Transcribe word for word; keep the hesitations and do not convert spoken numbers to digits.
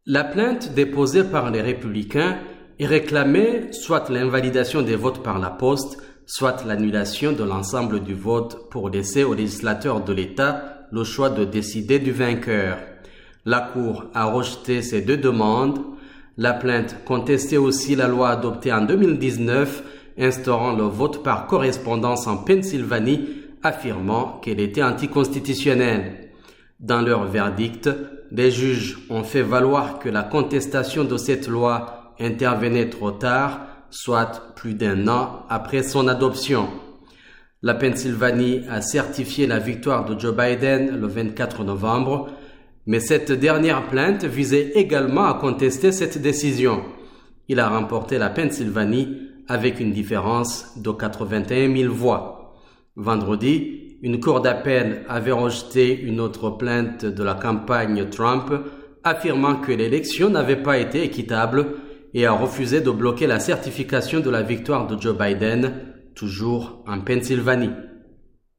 La plainte déposée par les républicains réclamait soit l'invalidation des votes par la poste, soit l'annulation de l'ensemble du vote pour laisser aux législateurs de l'État le choix de décider du vainqueur. La Cour a rejeté ces deux demandes. La plainte contestait aussi la loi adoptée en deux mille dix-neuf instaurant le vote par correspondance en Pennsylvanie, affirmant qu'elle était anticonstitutionnelle. Dans leur verdict, les juges ont fait valoir que la contestation de cette loi intervenait trop tard, soit plus d'un an après son adoption. La Pennsylvanie a certifié la victoire de Joe Biden le vingt-quatre novembre, mais cette dernière plainte visait également à contester cette décision. Il a remporté la Pennsylvanie avec une différence de quatre-vingt-et-un mille voix. Vendredi, une cour d'appel avait rejeté une autre plainte de la campagne Trump, affirmant que l'élection n'avait pas été équitable et a refusé de bloquer la certification de la victoire de Joe Biden, toujours en Pennsylvanie.